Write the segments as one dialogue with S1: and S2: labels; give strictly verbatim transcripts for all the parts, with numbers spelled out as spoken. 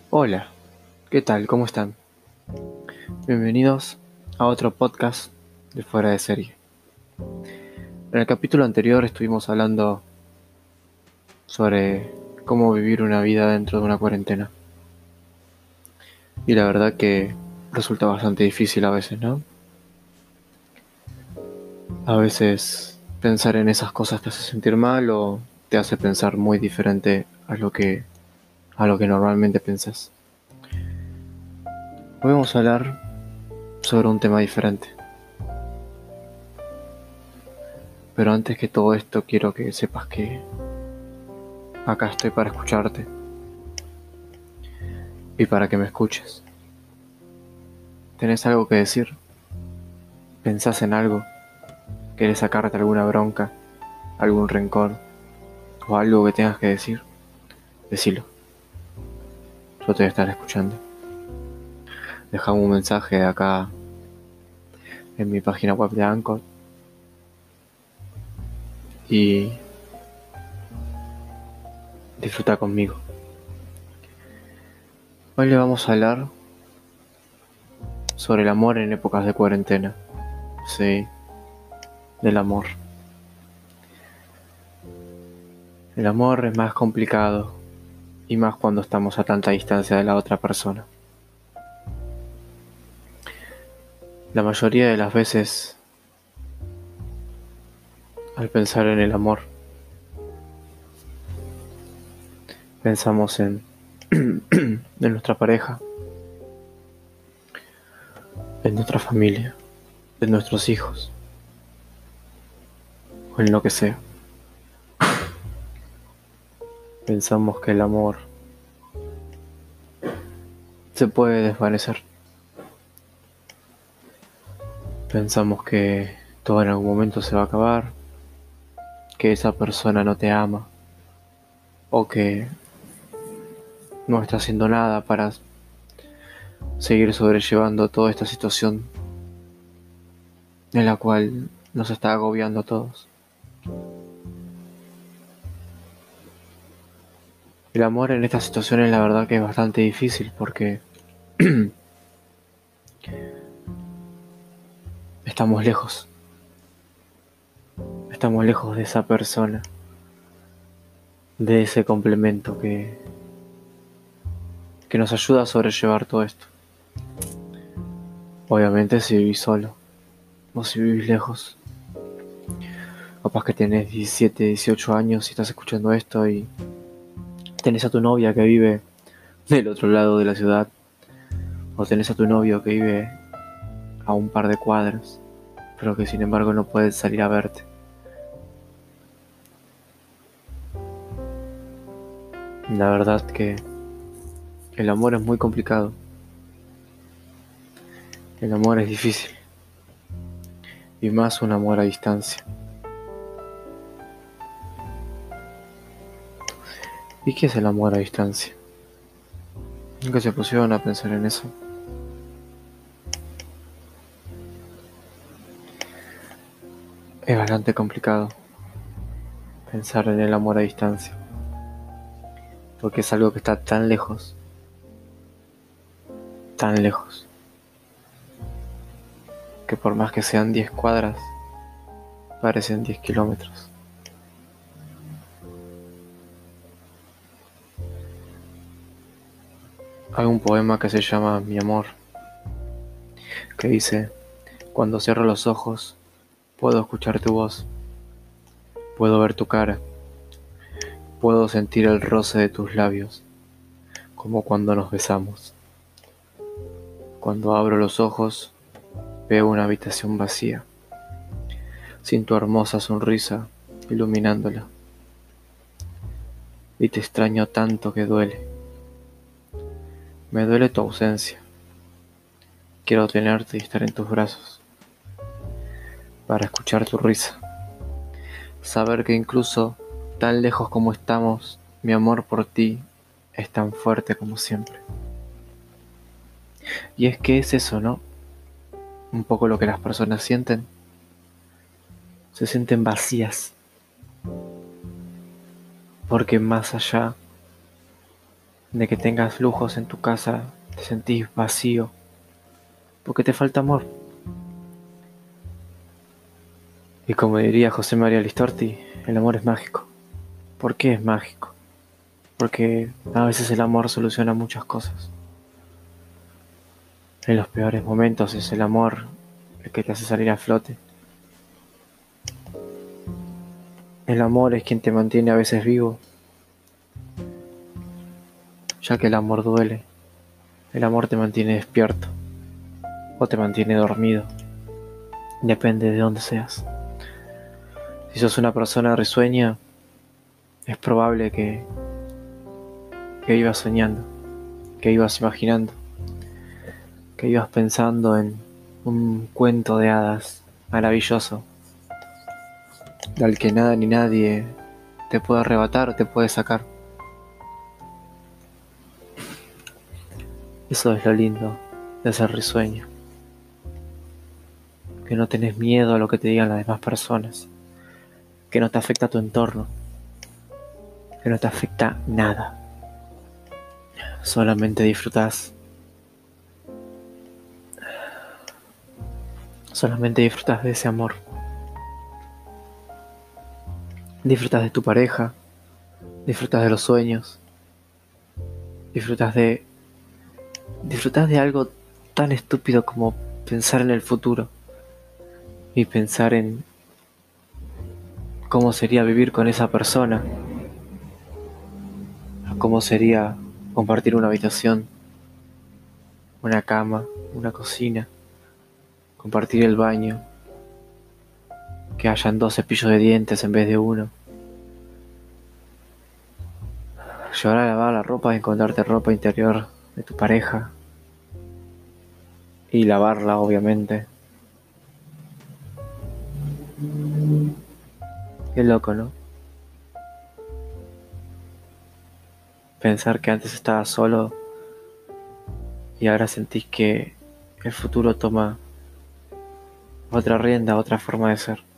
S1: Hola, ¿qué tal? ¿Cómo están? Bienvenidos a otro podcast de Fuera de Serie. En el capítulo anterior estuvimos hablando sobre cómo vivir una vida dentro de una cuarentena. Y la verdad que resulta bastante difícil a veces, ¿no? A veces pensar en esas cosas te hace sentir mal o te hace pensar muy diferente a lo que, a lo que normalmente pensás. Hoy vamos a hablar sobre un tema diferente. Pero antes que todo esto quiero que sepas que acá estoy para escucharte y para que me escuches. ¿Tenés algo que decir? ¿Pensás en algo? ¿Querés sacarte alguna bronca, algún rencor o algo que tengas que decir? Decilo. Yo te voy a estar escuchando. Dejame un mensaje acá en mi página web de Anchor y disfruta conmigo. Hoy le vamos a hablar sobre el amor en épocas de cuarentena. Sí, del amor. El amor es más complicado y más cuando estamos a tanta distancia de la otra persona. La mayoría de las veces, al pensar en el amor, pensamos en, en nuestra pareja, en nuestra familia, en nuestros hijos o en lo que sea. Pensamos que el amor se puede desvanecer. Pensamos que todo en algún momento se va a acabar, que esa persona no te ama o que no está haciendo nada para seguir sobrellevando toda esta situación en la cual nos está agobiando a todos. El amor en estas situaciones la verdad que es bastante difícil porque estamos lejos. Estamos lejos de esa persona, de ese complemento que, que nos ayuda a sobrellevar todo esto. Obviamente si vivís solo o si vivís lejos. Capaz que tenés diecisiete, dieciocho años y estás escuchando esto y tenés a tu novia que vive del otro lado de la ciudad o tenés a tu novio que vive a un par de cuadras, pero que sin embargo no puede salir a verte. La verdad que el amor es muy complicado. El amor es difícil. Y más un amor a distancia. ¿Y qué es el amor a distancia? Nunca se pusieron a pensar en eso. Es bastante complicado pensar en el amor a distancia. Porque es algo que está tan lejos. Tan lejos. Que por más que sean diez cuadras, parecen diez kilómetros. Hay un poema que se llama Mi amor, que dice: cuando cierro los ojos, puedo escuchar tu voz, puedo ver tu cara, puedo sentir el roce de tus labios, como cuando nos besamos. Cuando abro los ojos, veo una habitación vacía, sin tu hermosa sonrisa iluminándola. Y te extraño tanto que duele. Me duele tu ausencia. Quiero tenerte y estar en tus brazos, para escuchar tu risa. Saber que incluso tan lejos como estamos, mi amor por ti es tan fuerte como siempre. Y es que es eso, ¿no? Un poco lo que las personas sienten. Se sienten vacías. Porque más allá de que tengas lujos en tu casa, te sentís vacío, porque te falta amor. Y como diría José María Listorti, el amor es mágico. ¿Por qué es mágico? Porque a veces el amor soluciona muchas cosas. En los peores momentos es el amor el que te hace salir a flote. El amor es quien te mantiene a veces vivo, ya que el amor duele. El amor te mantiene despierto o te mantiene dormido. Depende de dónde seas. Si sos una persona risueña, es probable que, que ibas soñando, que ibas imaginando, que ibas pensando en un cuento de hadas maravilloso, del que nada ni nadie te puede arrebatar o te puede sacar. Eso es lo lindo de ser risueño, que no tenés miedo a lo que te digan las demás personas, que no te afecta tu entorno, que no te afecta nada. Solamente disfrutás, solamente disfrutás de ese amor. Disfrutas de tu pareja, disfrutas de los sueños, disfrutas de disfrutas de algo tan estúpido como pensar en el futuro y pensar en cómo sería vivir con esa persona, cómo sería compartir una habitación, una cama, una cocina, compartir el baño, que hayan dos cepillos de dientes en vez de uno. Llevar a lavar la ropa y encontrarte ropa interior de tu pareja. Y lavarla, obviamente. Qué loco, ¿no? Pensar que antes estabas solo y ahora sentís que el futuro toma otra rienda, otra forma de ser.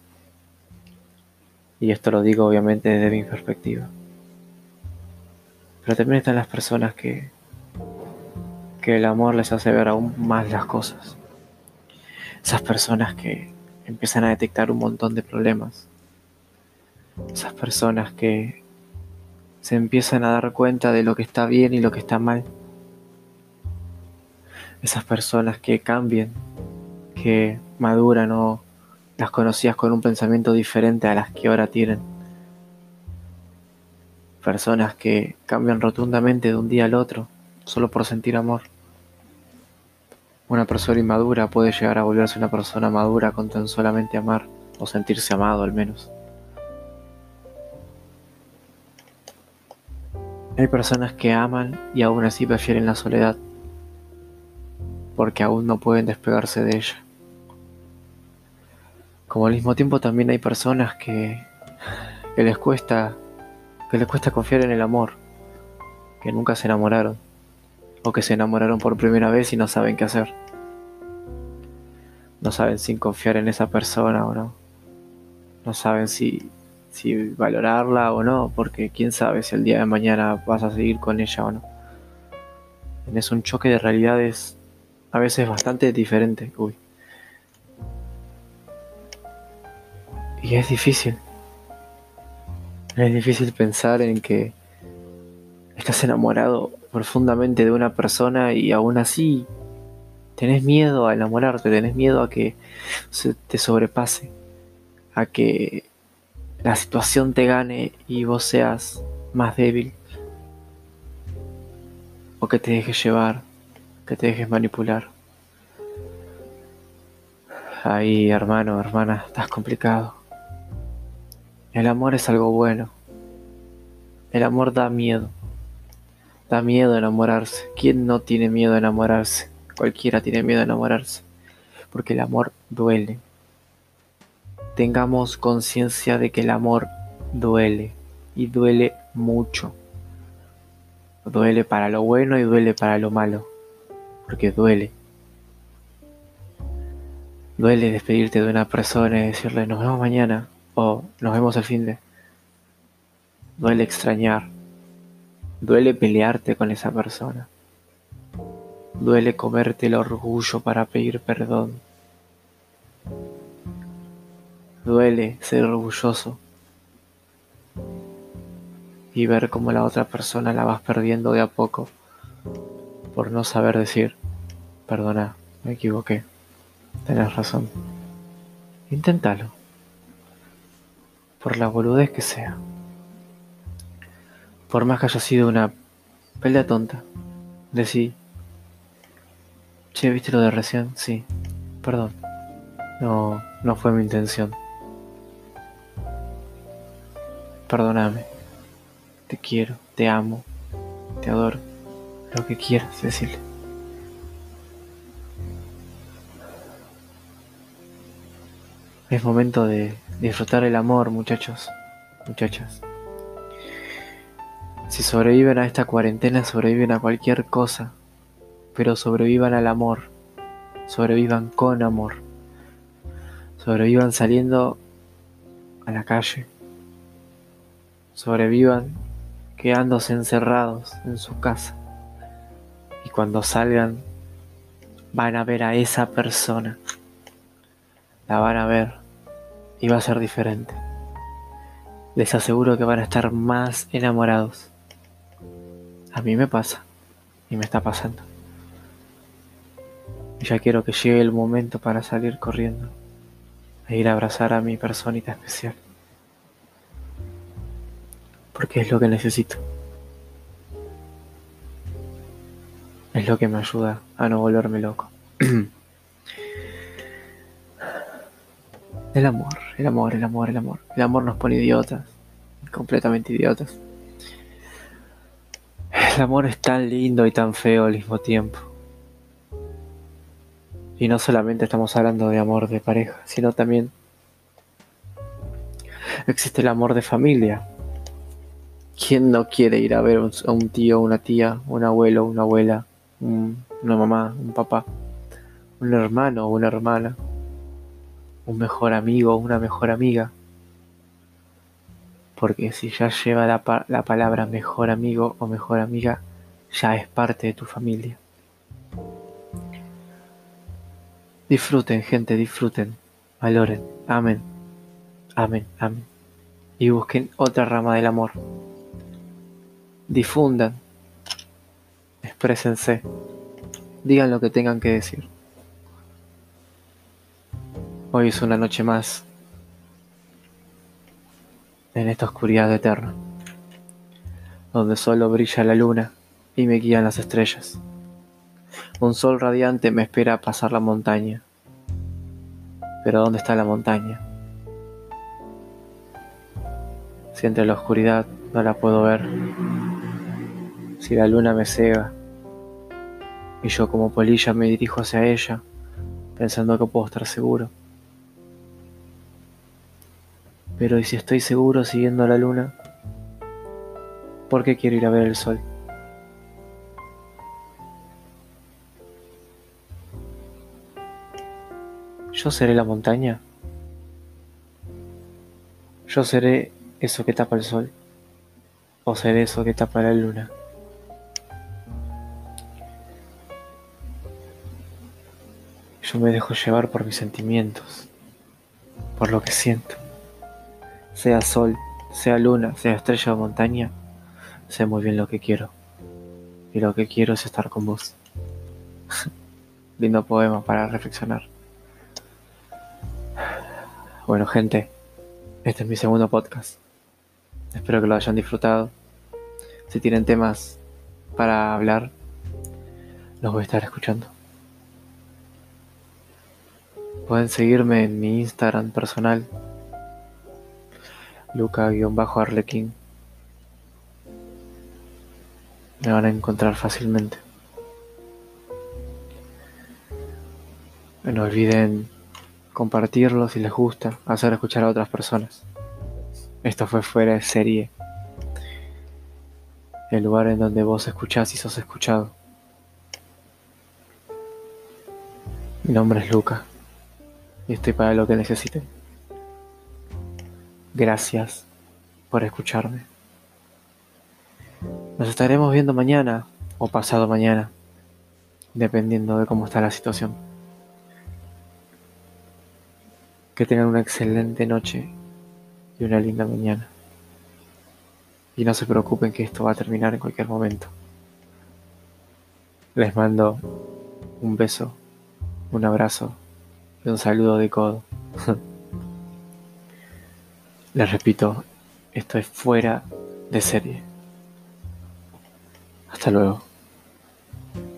S1: Y esto lo digo obviamente desde mi perspectiva. Pero también están las personas que, que el amor les hace ver aún más las cosas. Esas personas que empiezan a detectar un montón de problemas. Esas personas que se empiezan a dar cuenta de lo que está bien y lo que está mal. Esas personas que cambian, que maduran o las conocías con un pensamiento diferente a las que ahora tienen. Personas que cambian rotundamente de un día al otro solo por sentir amor. Una persona inmadura puede llegar a volverse una persona madura con tan solamente amar o sentirse amado al menos. Hay personas que aman y aún así prefieren la soledad porque aún no pueden despegarse de ella. Como al mismo tiempo también hay personas que, que les cuesta que les cuesta confiar en el amor, que nunca se enamoraron o que se enamoraron por primera vez y no saben qué hacer. No saben si confiar en esa persona o no. No saben si, si valorarla o no, porque quién sabe si el día de mañana vas a seguir con ella o no. Es un choque de realidades a veces bastante diferente. Uy. Y es difícil. Es difícil pensar en que estás enamorado profundamente de una persona y aún así tenés miedo a enamorarte, tenés miedo a que se te sobrepase, a que la situación te gane y vos seas más débil, o que te dejes llevar, que te dejes manipular. Ahí, hermano, hermana, estás complicado. El amor es algo bueno. El amor da miedo. Da miedo enamorarse. ¿Quién no tiene miedo de enamorarse? Cualquiera tiene miedo de enamorarse. Porque el amor duele. Tengamos conciencia de que el amor duele. Y duele mucho. Duele para lo bueno y duele para lo malo. Porque duele. Duele despedirte de una persona y decirle nos vemos mañana. O nos vemos al fin de. Duele extrañar. Duele pelearte con esa persona. Duele comerte el orgullo para pedir perdón. Duele ser orgulloso y ver cómo la otra persona la vas perdiendo de a poco por no saber decir, perdona, me equivoqué, tenés razón. Inténtalo, por la boludez que sea. Por más que haya sido una pelea tonta, decí, che, ¿viste lo de recién? Sí, perdón, no, no fue mi intención. Perdóname, te quiero, te amo, te adoro, lo que quieras decirle. Es momento de disfrutar el amor, muchachos, muchachas. Si sobreviven a esta cuarentena, sobreviven a cualquier cosa, pero sobrevivan al amor, sobrevivan con amor, sobrevivan saliendo a la calle, sobrevivan quedándose encerrados en su casa, y cuando salgan van a ver a esa persona, la van a ver y va a ser diferente. Les aseguro que van a estar más enamorados. A mí me pasa y me está pasando. Y ya quiero que llegue el momento para salir corriendo e ir a abrazar a mi personita especial. Porque es lo que necesito. Es lo que me ayuda a no volverme loco. El amor, el amor, el amor, el amor. El amor nos pone idiotas, completamente idiotas. El amor es tan lindo y tan feo al mismo tiempo. Y no solamente estamos hablando de amor de pareja, sino también existe el amor de familia. ¿Quién no quiere ir a ver a un tío, una tía, un abuelo, una abuela, un, una mamá, un papá, un hermano o una hermana, un mejor amigo o una mejor amiga? Porque si ya lleva la, pa- la palabra mejor amigo o mejor amiga, ya es parte de tu familia. Disfruten, gente, disfruten, valoren, amen, amen, amen. Y busquen otra rama del amor. Difundan, exprésense, digan lo que tengan que decir. Hoy es una noche más en esta oscuridad eterna, donde solo brilla la luna y me guían las estrellas. Un sol radiante me espera a pasar la montaña. Pero ¿dónde está la montaña? Si entre la oscuridad no la puedo ver, si la luna me cega y yo como polilla me dirijo hacia ella, pensando que puedo estar seguro. Pero ¿y si estoy seguro siguiendo la luna? ¿Por qué quiero ir a ver el sol? ¿Yo seré la montaña? ¿Yo seré eso que tapa el sol? ¿O seré eso que tapa la luna? Yo me dejo llevar por mis sentimientos, por lo que siento. Sea sol, sea luna, sea estrella o montaña, sé muy bien lo que quiero. Y lo que quiero es estar con vos. Lindo poema para reflexionar. Bueno, gente, este es mi segundo podcast. Espero que lo hayan disfrutado. Si tienen temas para hablar, los voy a estar escuchando. Pueden seguirme en mi Instagram personal, Luca-Arlequín. Me van a encontrar fácilmente. No olviden compartirlo si les gusta, hacer escuchar a otras personas. Esto fue Fuera de Serie, el lugar en donde vos escuchás y sos escuchado. Mi nombre es Luca y estoy para lo que necesiten. Gracias por escucharme. Nos estaremos viendo mañana o pasado mañana, dependiendo de cómo está la situación. Que tengan una excelente noche y una linda mañana. Y no se preocupen que esto va a terminar en cualquier momento. Les mando un beso, un abrazo y un saludo de codo. Les repito, esto es fuera de serie. Hasta luego.